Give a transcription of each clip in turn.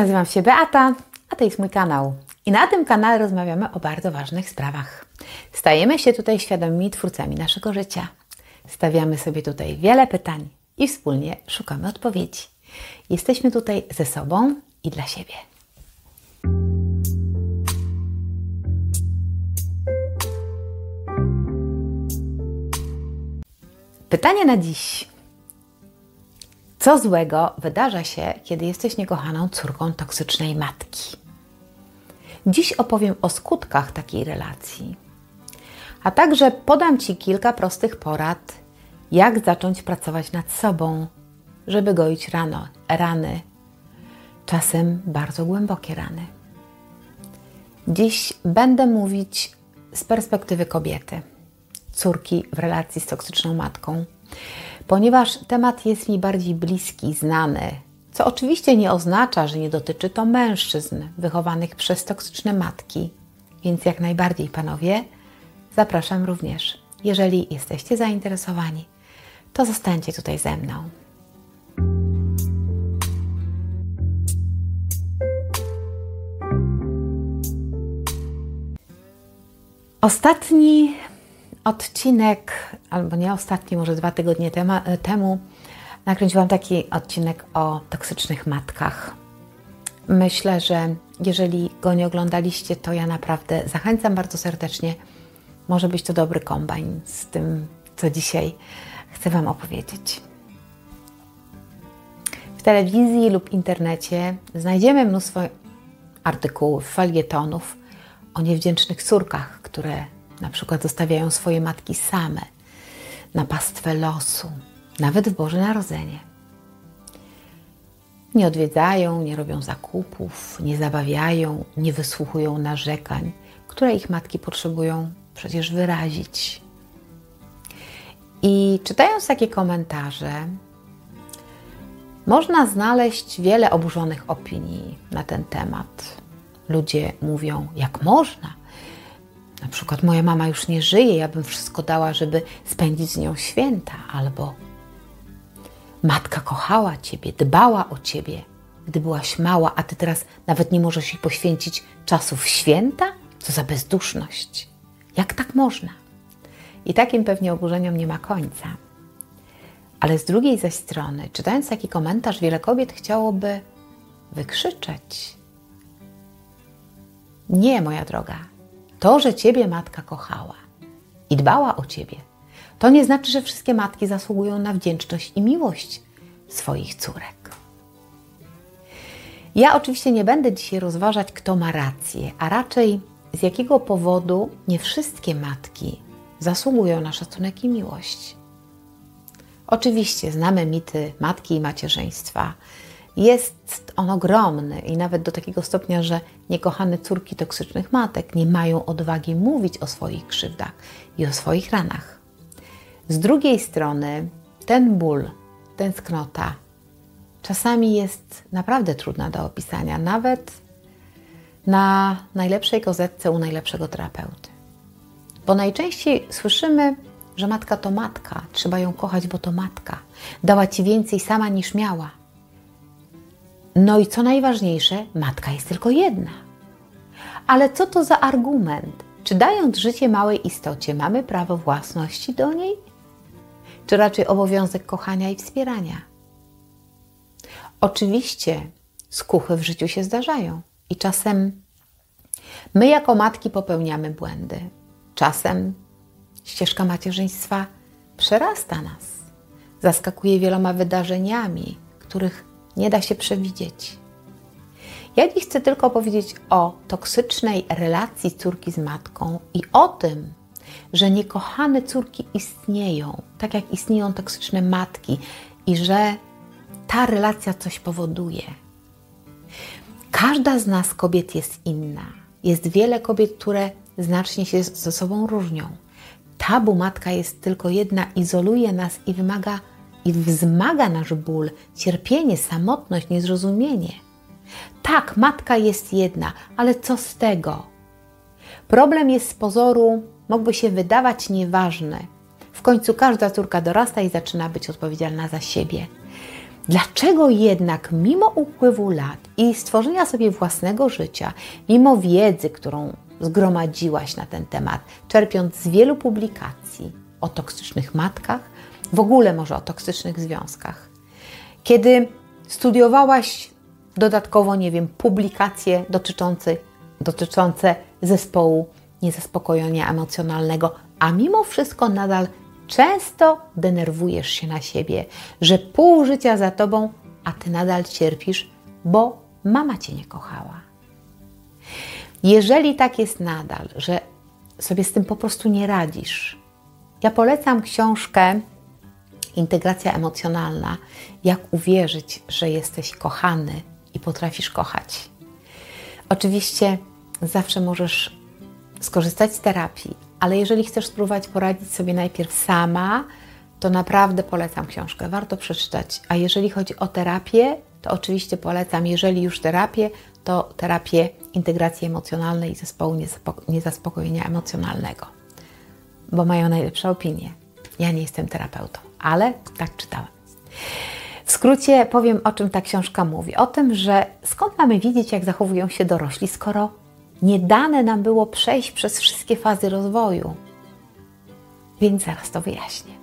Nazywam się Beata, a to jest mój kanał. I na tym kanale rozmawiamy o bardzo ważnych sprawach. Stajemy się tutaj świadomymi twórcami naszego życia. Stawiamy sobie tutaj wiele pytań i wspólnie szukamy odpowiedzi. Jesteśmy tutaj ze sobą i dla siebie. Pytanie na dziś. Co złego wydarza się, kiedy jesteś niekochaną córką toksycznej matki? Dziś opowiem o skutkach takiej relacji, a także podam Ci kilka prostych porad, jak zacząć pracować nad sobą, żeby goić rany, czasem bardzo głębokie rany. Dziś będę mówić z perspektywy kobiety, córki w relacji z toksyczną matką, ponieważ temat jest mi bardziej bliski, znany, co oczywiście nie oznacza, że nie dotyczy to mężczyzn wychowanych przez toksyczne matki. Więc jak najbardziej, panowie, zapraszam również. Jeżeli jesteście zainteresowani, to zostańcie tutaj ze mną. Ostatni odcinek, albo nie ostatni, może 2 tygodnie temu nakręciłam taki odcinek o toksycznych matkach. Myślę, że jeżeli go nie oglądaliście, to ja naprawdę zachęcam bardzo serdecznie. Może być to dobry kombajn z tym, co dzisiaj chcę Wam opowiedzieć. W telewizji lub internecie znajdziemy mnóstwo artykułów, felietonów o niewdzięcznych córkach, które na przykład zostawiają swoje matki same na pastwę losu, nawet w Boże Narodzenie. Nie odwiedzają, nie robią zakupów, nie zabawiają, nie wysłuchują narzekań, które ich matki potrzebują przecież wyrazić. I czytając takie komentarze, można znaleźć wiele oburzonych opinii na ten temat. Ludzie mówią, jak można? Na przykład moja mama już nie żyje, ja bym wszystko dała, żeby spędzić z nią święta. Albo matka kochała Ciebie, dbała o Ciebie, gdy byłaś mała, a Ty teraz nawet nie możesz jej poświęcić czasu w święta? Co za bezduszność. Jak tak można? I takim pewnie oburzeniom nie ma końca. Ale z drugiej zaś strony, czytając taki komentarz, wiele kobiet chciałoby wykrzyczeć. Nie, moja droga. To, że Ciebie matka kochała i dbała o Ciebie, to nie znaczy, że wszystkie matki zasługują na wdzięczność i miłość swoich córek. Ja oczywiście nie będę dzisiaj rozważać, kto ma rację, a raczej z jakiego powodu nie wszystkie matki zasługują na szacunek i miłość. Oczywiście znamy mity matki i macierzyństwa. Jest on ogromny i nawet do takiego stopnia, że niekochane córki toksycznych matek nie mają odwagi mówić o swoich krzywdach i o swoich ranach. Z drugiej strony ten ból, tęsknota czasami jest naprawdę trudna do opisania, nawet na najlepszej kozetce u najlepszego terapeuty. Bo najczęściej słyszymy, że matka to matka, trzeba ją kochać, bo to matka. Dała Ci więcej sama niż miała. No i co najważniejsze, matka jest tylko jedna. Ale co to za argument? Czy dając życie małej istocie, mamy prawo własności do niej? Czy raczej obowiązek kochania i wspierania? Oczywiście skuchy w życiu się zdarzają i czasem my jako matki popełniamy błędy. Czasem ścieżka macierzyństwa przerasta nas, zaskakuje wieloma wydarzeniami, których nie da się przewidzieć. Ja dziś chcę tylko powiedzieć o toksycznej relacji córki z matką i o tym, że niekochane córki istnieją, tak jak istnieją toksyczne matki i że ta relacja coś powoduje. Każda z nas kobiet jest inna. Jest wiele kobiet, które znacznie się ze sobą różnią. Tabu matka jest tylko jedna, izoluje nas i wymaga i wzmaga nasz ból, cierpienie, samotność, niezrozumienie. Tak, matka jest jedna, ale co z tego? Problem jest z pozoru, mógłby się wydawać nieważny. W końcu każda córka dorasta i zaczyna być odpowiedzialna za siebie. Dlaczego jednak mimo upływu lat i stworzenia sobie własnego życia, mimo wiedzy, którą zgromadziłaś na ten temat, czerpiąc z wielu publikacji o toksycznych matkach, w ogóle może o toksycznych związkach, kiedy studiowałaś dodatkowo, publikacje dotyczące zespołu niezaspokojenia emocjonalnego, a mimo wszystko nadal często denerwujesz się na siebie, że pół życia za tobą, a ty nadal cierpisz, bo mama cię nie kochała. Jeżeli tak jest nadal, że sobie z tym po prostu nie radzisz, ja polecam książkę Integracja emocjonalna. Jak uwierzyć, że jesteś kochany i potrafisz kochać. Oczywiście zawsze możesz skorzystać z terapii, ale jeżeli chcesz spróbować poradzić sobie najpierw sama, to naprawdę polecam książkę. Warto przeczytać. A jeżeli chodzi o terapię, to oczywiście polecam, jeżeli już terapię, to terapię integracji emocjonalnej i zespołu niezaspokojenia emocjonalnego, bo mają najlepsze opinie. Ja nie jestem terapeutą, ale tak czytałam. W skrócie powiem, o czym ta książka mówi. O tym, że skąd mamy wiedzieć, jak zachowują się dorośli, skoro nie dane nam było przejść przez wszystkie fazy rozwoju. Więc zaraz to wyjaśnię.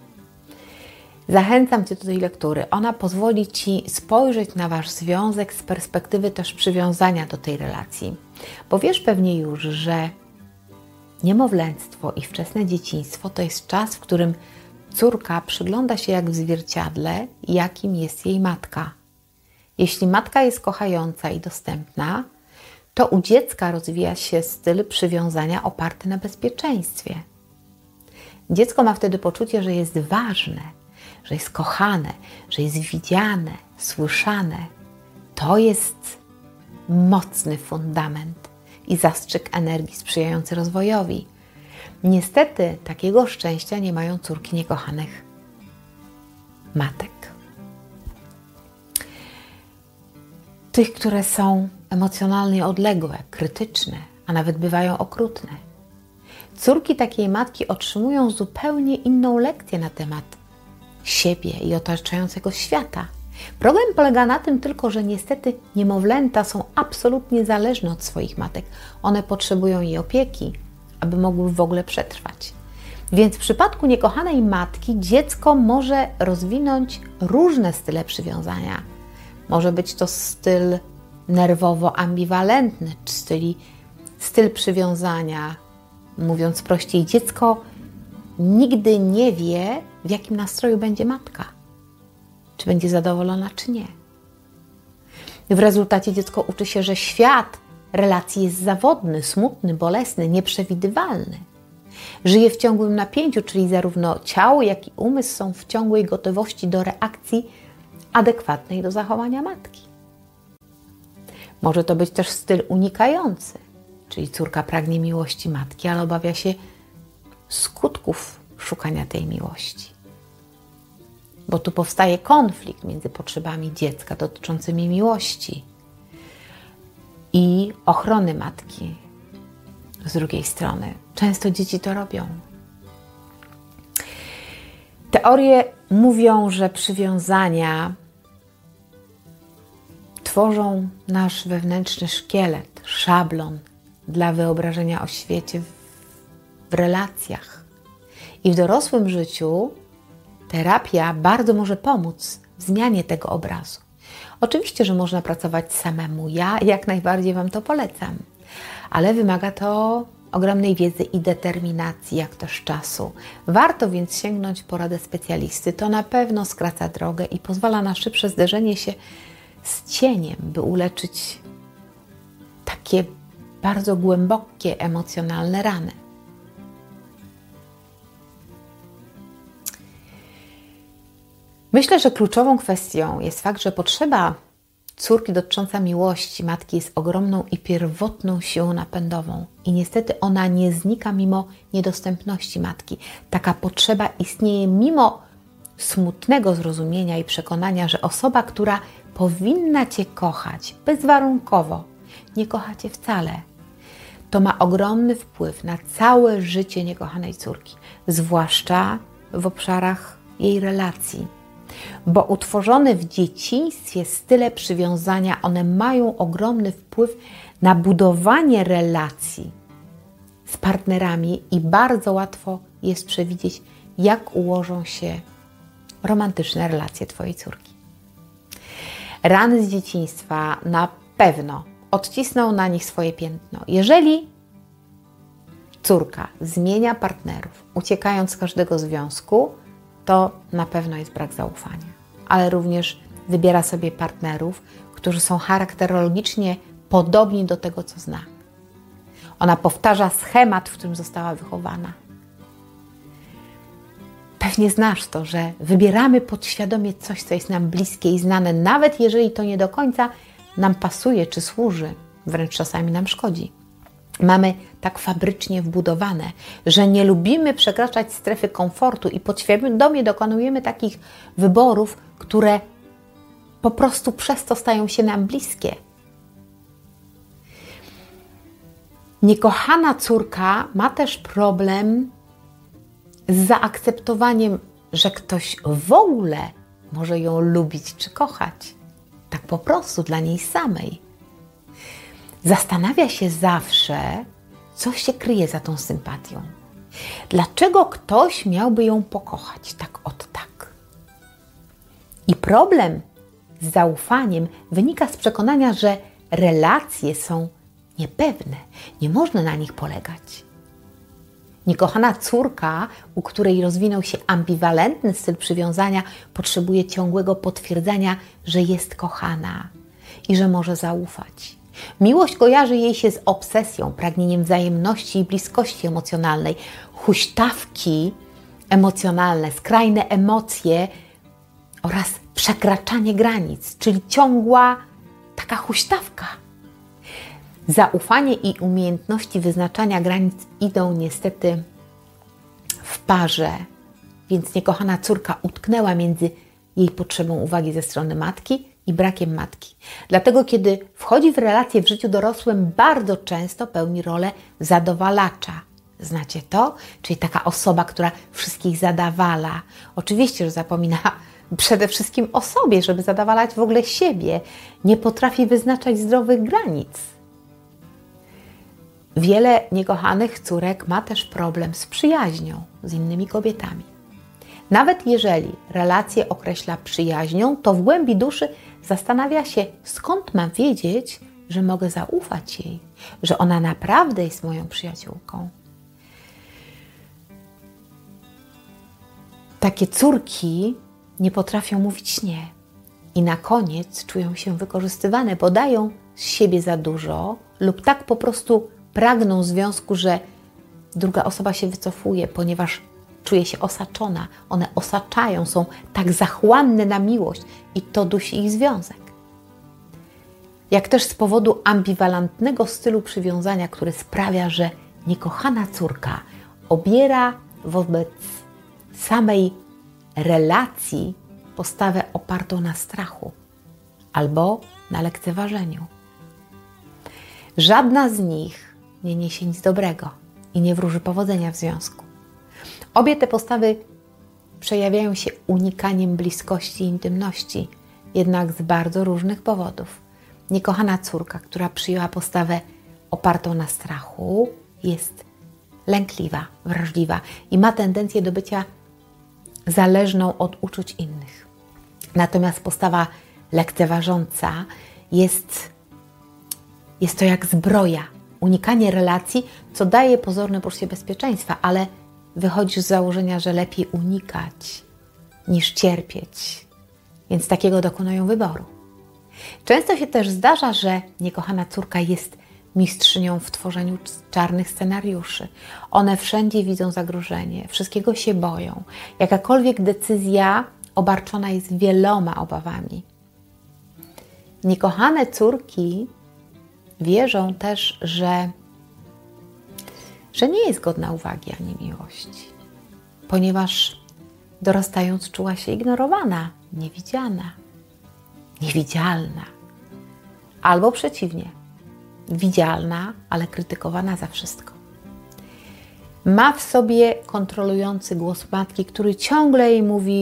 Zachęcam Cię do tej lektury. Ona pozwoli Ci spojrzeć na Wasz związek z perspektywy też przywiązania do tej relacji. Bo wiesz pewnie już, że niemowlęctwo i wczesne dzieciństwo to jest czas, w którym córka przygląda się jak w zwierciadle, jakim jest jej matka. Jeśli matka jest kochająca i dostępna, to u dziecka rozwija się styl przywiązania oparty na bezpieczeństwie. Dziecko ma wtedy poczucie, że jest ważne, że jest kochane, że jest widziane, słyszane. To jest mocny fundament i zastrzyk energii sprzyjający rozwojowi. Niestety takiego szczęścia nie mają córki niekochanych matek. Tych, które są emocjonalnie odległe, krytyczne, a nawet bywają okrutne. Córki takiej matki otrzymują zupełnie inną lekcję na temat siebie i otaczającego świata. Problem polega na tym tylko, że niestety niemowlęta są absolutnie zależne od swoich matek. One potrzebują jej opieki, aby mogły w ogóle przetrwać. Więc w przypadku niekochanej matki dziecko może rozwinąć różne style przywiązania. Może być to styl nerwowo-ambiwalentny, czy styl przywiązania. Mówiąc prościej, dziecko nigdy nie wie, w jakim nastroju będzie matka. Czy będzie zadowolona, czy nie. W rezultacie dziecko uczy się, że świat relacji jest zawodny, smutny, bolesny, nieprzewidywalny. Żyje w ciągłym napięciu, czyli zarówno ciało, jak i umysł są w ciągłej gotowości do reakcji adekwatnej do zachowania matki. Może to być też styl unikający, czyli córka pragnie miłości matki, ale obawia się skutków szukania tej miłości. Bo tu powstaje konflikt między potrzebami dziecka dotyczącymi miłości i ochrony matki z drugiej strony. Często dzieci to robią. Teorie mówią, że przywiązania tworzą nasz wewnętrzny szkielet, szablon dla wyobrażenia o świecie w relacjach. I w dorosłym życiu terapia bardzo może pomóc w zmianie tego obrazu. Oczywiście, że można pracować samemu. Ja jak najbardziej Wam to polecam. Ale wymaga to ogromnej wiedzy i determinacji, jak też czasu. Warto więc sięgnąć po radę specjalisty. To na pewno skraca drogę i pozwala na szybsze zderzenie się z cieniem, by uleczyć takie bardzo głębokie, emocjonalne rany. Myślę, że kluczową kwestią jest fakt, że potrzeba córki dotycząca miłości matki jest ogromną i pierwotną siłą napędową. I niestety ona nie znika mimo niedostępności matki. Taka potrzeba istnieje mimo smutnego zrozumienia i przekonania, że osoba, która powinna Cię kochać bezwarunkowo, nie kocha Cię wcale. To ma ogromny wpływ na całe życie niekochanej córki, zwłaszcza w obszarach jej relacji. bo utworzone w dzieciństwie style przywiązania, one mają ogromny wpływ na budowanie relacji z partnerami i bardzo łatwo jest przewidzieć, jak ułożą się romantyczne relacje Twojej córki. Rany z dzieciństwa na pewno odcisną na nich swoje piętno. Jeżeli córka zmienia partnerów, uciekając z każdego związku, to na pewno jest brak zaufania. Ale również wybiera sobie partnerów, którzy są charakterologicznie podobni do tego, co zna. Ona powtarza schemat, w którym została wychowana. Pewnie znasz to, że wybieramy podświadomie coś, co jest nam bliskie i znane, nawet jeżeli to nie do końca nam pasuje czy służy, wręcz czasami nam szkodzi. Mamy tak fabrycznie wbudowane, że nie lubimy przekraczać strefy komfortu i podświadomie dokonujemy takich wyborów, które po prostu przez to stają się nam bliskie. Niekochana córka ma też problem z zaakceptowaniem, że ktoś w ogóle może ją lubić czy kochać. Tak po prostu dla niej samej. Zastanawia się zawsze, co się kryje za tą sympatią. Dlaczego ktoś miałby ją pokochać tak od tak? I problem z zaufaniem wynika z przekonania, że relacje są niepewne, nie można na nich polegać. Niekochana córka, u której rozwinął się ambiwalentny styl przywiązania, potrzebuje ciągłego potwierdzenia, że jest kochana i że może zaufać. Miłość kojarzy jej się z obsesją, pragnieniem wzajemności i bliskości emocjonalnej, huśtawki emocjonalne, skrajne emocje oraz przekraczanie granic, czyli ciągła taka huśtawka. Zaufanie i umiejętności wyznaczania granic idą niestety w parze, więc niekochana córka utknęła między jej potrzebą uwagi ze strony matki i brakiem matki. Dlatego, kiedy wchodzi w relacje w życiu dorosłym, bardzo często pełni rolę zadowalacza. Znacie to? Czyli taka osoba, która wszystkich zadawala. Oczywiście, że zapomina przede wszystkim o sobie, żeby zadawalać w ogóle siebie. Nie potrafi wyznaczać zdrowych granic. Wiele niekochanych córek ma też problem z przyjaźnią z innymi kobietami. Nawet jeżeli relację określa przyjaźnią, to w głębi duszy zastanawia się, skąd mam wiedzieć, że mogę zaufać jej, że ona naprawdę jest moją przyjaciółką. Takie córki nie potrafią mówić nie i na koniec czują się wykorzystywane, bo dają z siebie za dużo lub tak po prostu pragną związku, że druga osoba się wycofuje, ponieważ czuje się osaczona. One osaczają, są tak zachłanne na miłość i to dusi ich związek. Jak też z powodu ambiwalentnego stylu przywiązania, który sprawia, że niekochana córka obiera wobec samej relacji postawę opartą na strachu albo na lekceważeniu. Żadna z nich nie niesie nic dobrego i nie wróży powodzenia w związku. Obie te postawy przejawiają się unikaniem bliskości i intymności, jednak z bardzo różnych powodów. Niekochana córka, która przyjęła postawę opartą na strachu, jest lękliwa, wrażliwa i ma tendencję do bycia zależną od uczuć innych. Natomiast postawa lekceważąca jest to jak zbroja, unikanie relacji, co daje pozorne poczucie bezpieczeństwa, ale wychodzi z założenia, że lepiej unikać niż cierpieć, więc takiego dokonują wyboru. Często się też zdarza, że niekochana córka jest mistrzynią w tworzeniu czarnych scenariuszy. One wszędzie widzą zagrożenie, wszystkiego się boją. Jakakolwiek decyzja obarczona jest wieloma obawami. Niekochane córki wierzą też, że nie jest godna uwagi ani miłości, ponieważ dorastając czuła się ignorowana, niewidziana, niewidzialna, albo przeciwnie, widzialna, ale krytykowana za wszystko. Ma w sobie kontrolujący głos matki, który ciągle jej mówi,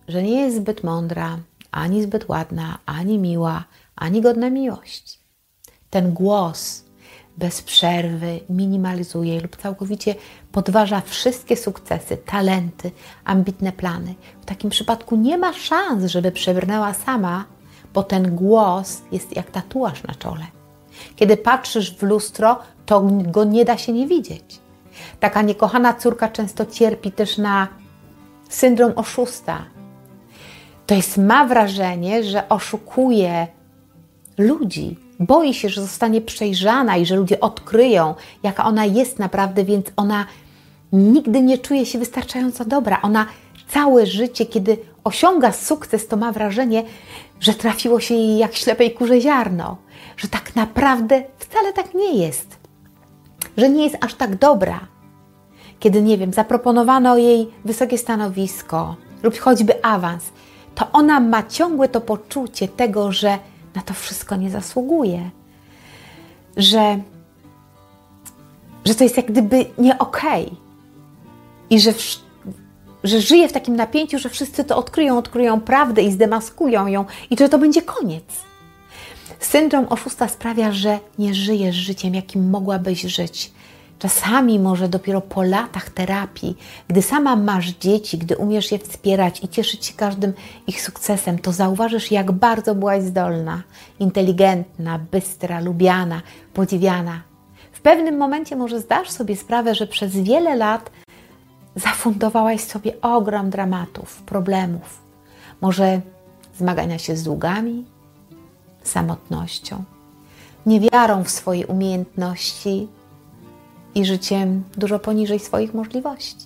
że nie jest zbyt mądra, ani zbyt ładna, ani miła, ani godna miłości. Ten głos bez przerwy minimalizuje lub całkowicie podważa wszystkie sukcesy, talenty, ambitne plany. W takim przypadku nie ma szans, żeby przebrnęła sama, bo ten głos jest jak tatuaż na czole. Kiedy patrzysz w lustro, to go nie da się nie widzieć. Taka niekochana córka często cierpi też na syndrom oszusta. To jest, ma wrażenie, że oszukuje ludzi. Boi się, że zostanie przejrzana i że ludzie odkryją, jaka ona jest naprawdę, więc ona nigdy nie czuje się wystarczająco dobra. Ona całe życie, kiedy osiąga sukces, to ma wrażenie, że trafiło się jej jak ślepej kurze ziarno, że tak naprawdę wcale tak nie jest, że nie jest aż tak dobra. Kiedy, nie wiem, zaproponowano jej wysokie stanowisko lub choćby awans, to ona ma ciągłe to poczucie tego, że na to wszystko nie zasługuje, że to jest jak gdyby nie okej i że żyje w takim napięciu, że wszyscy to odkryją prawdę i zdemaskują ją i że to będzie koniec. Syndrom oszusta sprawia, że nie żyjesz życiem, jakim mogłabyś żyć. Czasami może dopiero po latach terapii, gdy sama masz dzieci, gdy umiesz je wspierać i cieszyć się każdym ich sukcesem, to zauważysz, jak bardzo byłaś zdolna, inteligentna, bystra, lubiana, podziwiana. W pewnym momencie może zdasz sobie sprawę, że przez wiele lat zafundowałaś sobie ogrom dramatów, problemów. Może zmagania się z długami, samotnością, niewiarą w swoje umiejętności i życiem dużo poniżej swoich możliwości.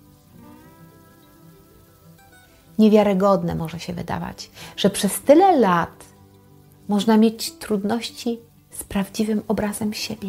Niewiarygodne może się wydawać, że przez tyle lat można mieć trudności z prawdziwym obrazem siebie.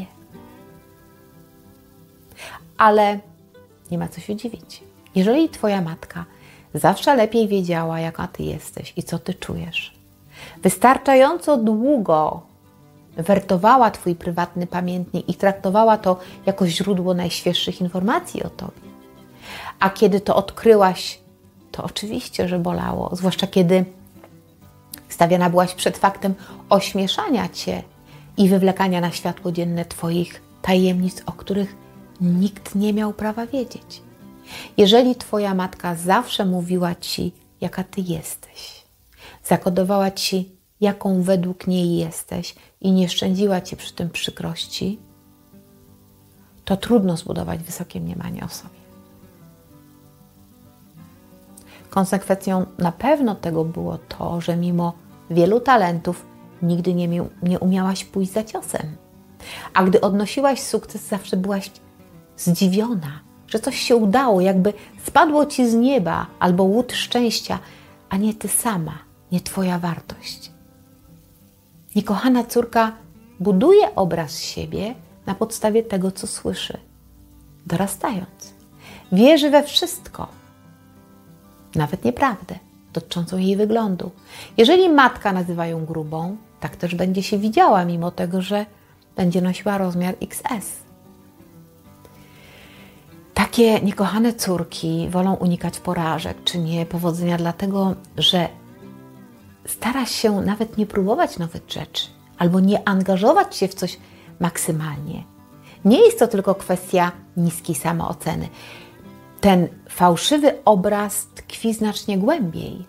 Ale nie ma co się dziwić. Jeżeli Twoja matka zawsze lepiej wiedziała, jaka Ty jesteś i co Ty czujesz, wystarczająco długo wertowała Twój prywatny pamiętnik i traktowała to jako źródło najświeższych informacji o Tobie. A kiedy to odkryłaś, to oczywiście, że bolało, zwłaszcza kiedy stawiana byłaś przed faktem ośmieszania Cię i wywlekania na światło dzienne Twoich tajemnic, o których nikt nie miał prawa wiedzieć. Jeżeli Twoja matka zawsze mówiła Ci, jaka Ty jesteś, zakodowała Ci, jaką według niej jesteś i nie szczędziła Ci przy tym przykrości, to trudno zbudować wysokie mniemanie o sobie. Konsekwencją na pewno tego było to, że mimo wielu talentów nigdy nie umiałaś pójść za ciosem. A gdy odnosiłaś sukces, zawsze byłaś zdziwiona, że coś się udało, jakby spadło Ci z nieba albo łód szczęścia, a nie Ty sama, nie Twoja wartość. Niekochana córka buduje obraz siebie na podstawie tego, co słyszy, dorastając. Wierzy we wszystko, nawet nieprawdę, dotyczącą jej wyglądu. Jeżeli matka nazywa ją grubą, tak też będzie się widziała, mimo tego, że będzie nosiła rozmiar XS. Takie niekochane córki wolą unikać porażek czy niepowodzenia, dlatego że stara się nawet nie próbować nowych rzeczy albo nie angażować się w coś maksymalnie. Nie jest to tylko kwestia niskiej samooceny. Ten fałszywy obraz tkwi znacznie głębiej.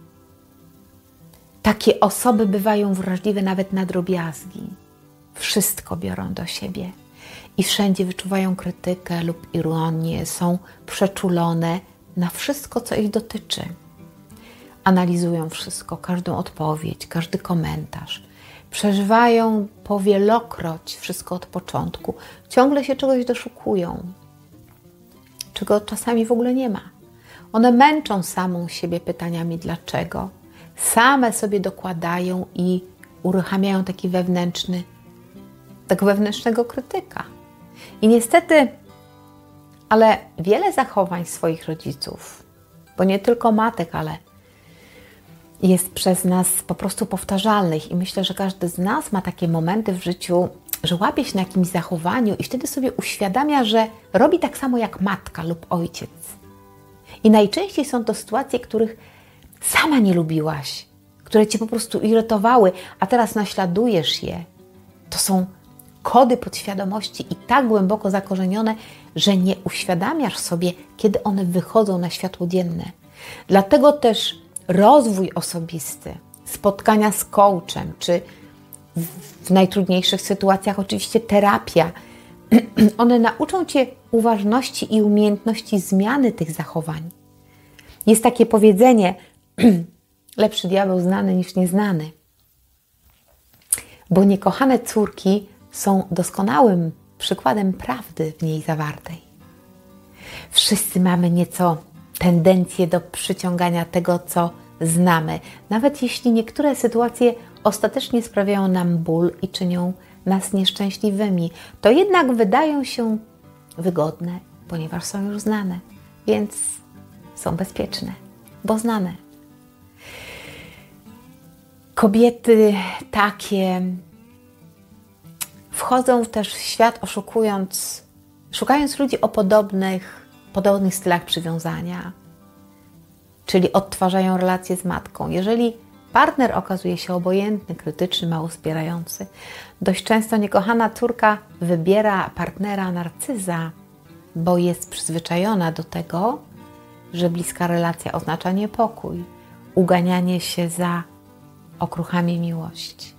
Takie osoby bywają wrażliwe nawet na drobiazgi. Wszystko biorą do siebie i wszędzie wyczuwają krytykę lub ironię, są przeczulone na wszystko, co ich dotyczy. Analizują wszystko, każdą odpowiedź, każdy komentarz. Przeżywają powielokroć wszystko od początku. Ciągle się czegoś doszukują, czego czasami w ogóle nie ma. One męczą samą siebie pytaniami dlaczego. Same sobie dokładają i uruchamiają tego wewnętrznego krytyka. I niestety, ale wiele zachowań swoich rodziców, bo nie tylko matek, ale jest przez nas po prostu powtarzalnych i myślę, że każdy z nas ma takie momenty w życiu, że łapie się na jakimś zachowaniu i wtedy sobie uświadamia, że robi tak samo jak matka lub ojciec. I najczęściej są to sytuacje, których sama nie lubiłaś, które Cię po prostu irytowały, a teraz naśladujesz je. To są kody podświadomości i tak głęboko zakorzenione, że nie uświadamiasz sobie, kiedy one wychodzą na światło dzienne. Dlatego też rozwój osobisty, spotkania z coachem, czy w najtrudniejszych sytuacjach oczywiście terapia, one nauczą Cię uważności i umiejętności zmiany tych zachowań. Jest takie powiedzenie, lepszy diabeł znany niż nieznany, bo niekochane córki są doskonałym przykładem prawdy w niej zawartej. Wszyscy mamy nieco tendencję do przyciągania tego, co znamy, nawet jeśli niektóre sytuacje ostatecznie sprawiają nam ból i czynią nas nieszczęśliwymi, to jednak wydają się wygodne, ponieważ są już znane, więc są bezpieczne, bo znane. Kobiety takie wchodzą też w świat szukając ludzi o podobnych stylach przywiązania, czyli odtwarzają relacje z matką. Jeżeli partner okazuje się obojętny, krytyczny, mało wspierający, dość często niekochana córka wybiera partnera narcyza, bo jest przyzwyczajona do tego, że bliska relacja oznacza niepokój, uganianie się za okruchami miłości.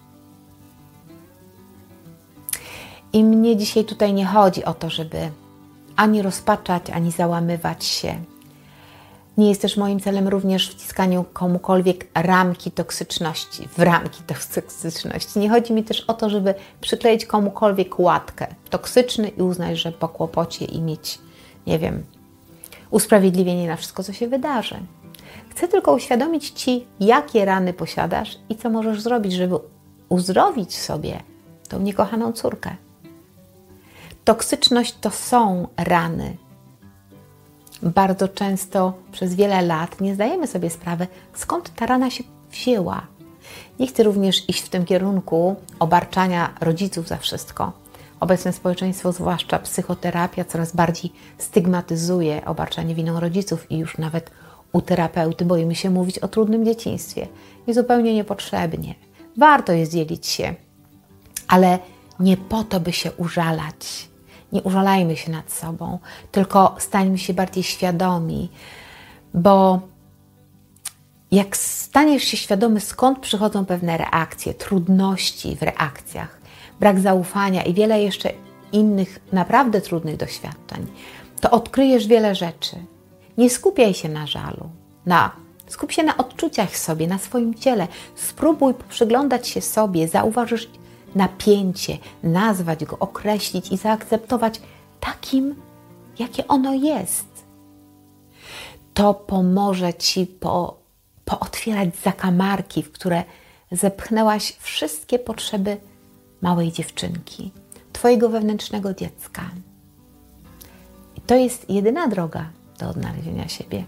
I mnie dzisiaj tutaj nie chodzi o to, żeby ani rozpaczać, ani załamywać się. Nie jest też moim celem również wciskaniu komukolwiek w ramki toksyczności. Nie chodzi mi też o to, żeby przykleić komukolwiek łatkę toksyczny i uznać, że po kłopocie i mieć, nie wiem, usprawiedliwienie na wszystko, co się wydarzy. Chcę tylko uświadomić Ci, jakie rany posiadasz i co możesz zrobić, żeby uzdrowić sobie tą niekochaną córkę. Toksyczność to są rany. Bardzo często przez wiele lat nie zdajemy sobie sprawy, skąd ta rana się wzięła. Nie chcę również iść w tym kierunku obarczania rodziców za wszystko. Obecne społeczeństwo, zwłaszcza psychoterapia, coraz bardziej stygmatyzuje obarczanie winą rodziców i już nawet u terapeuty boimy się mówić o trudnym dzieciństwie. I zupełnie niepotrzebnie. Warto jest dzielić się, ale nie po to, by się użalać. Nie użalajmy się nad sobą, tylko stańmy się bardziej świadomi, bo jak staniesz się świadomy, skąd przychodzą pewne reakcje, trudności w reakcjach, brak zaufania i wiele jeszcze innych naprawdę trudnych doświadczeń, to odkryjesz wiele rzeczy. Nie skupiaj się na żalu, skup się na odczuciach sobie, na swoim ciele. Spróbuj przyglądać się sobie, zauważyć napięcie, nazwać go, określić i zaakceptować takim, jakie ono jest. To pomoże Ci pootwierać zakamarki, w które zepchnęłaś wszystkie potrzeby małej dziewczynki, Twojego wewnętrznego dziecka. I to jest jedyna droga do odnalezienia siebie.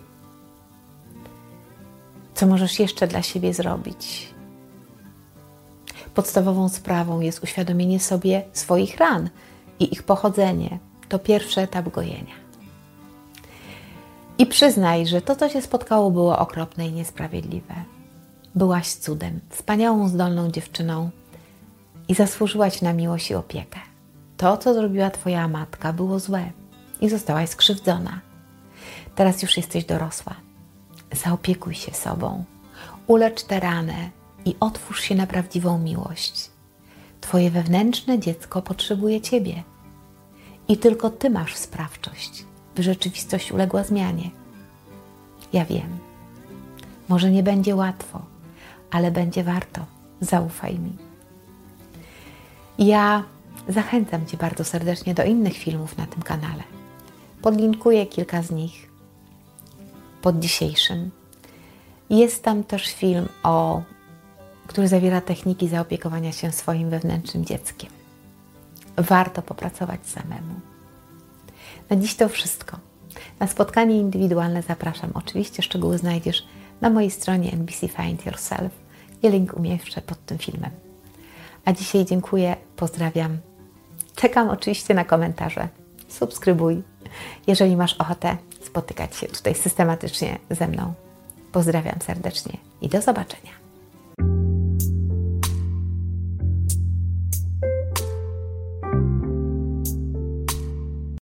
Co możesz jeszcze dla siebie zrobić? Podstawową sprawą jest uświadomienie sobie swoich ran i ich pochodzenie. To pierwszy etap gojenia. I przyznaj, że to, co Cię spotkało, było okropne i niesprawiedliwe. Byłaś cudem, wspaniałą, zdolną dziewczyną i zasłużyłaś na miłość i opiekę. To, co zrobiła Twoja matka, było złe i zostałaś skrzywdzona. Teraz już jesteś dorosła. Zaopiekuj się sobą, ulecz tę ranę i otwórz się na prawdziwą miłość. Twoje wewnętrzne dziecko potrzebuje Ciebie i tylko Ty masz sprawczość, by rzeczywistość uległa zmianie. Ja wiem, może nie będzie łatwo, ale będzie warto. Zaufaj mi. Ja zachęcam Cię bardzo serdecznie do innych filmów na tym kanale. Podlinkuję kilka z nich pod dzisiejszym. Jest tam też film, który zawiera techniki zaopiekowania się swoim wewnętrznym dzieckiem. Warto popracować samemu. Na dziś to wszystko. Na spotkanie indywidualne zapraszam. Oczywiście szczegóły znajdziesz na mojej stronie NBC Find Yourself i link umieszczę pod tym filmem. A dzisiaj dziękuję, pozdrawiam. Czekam oczywiście na komentarze. Subskrybuj, jeżeli masz ochotę spotykać się tutaj systematycznie ze mną. Pozdrawiam serdecznie i do zobaczenia.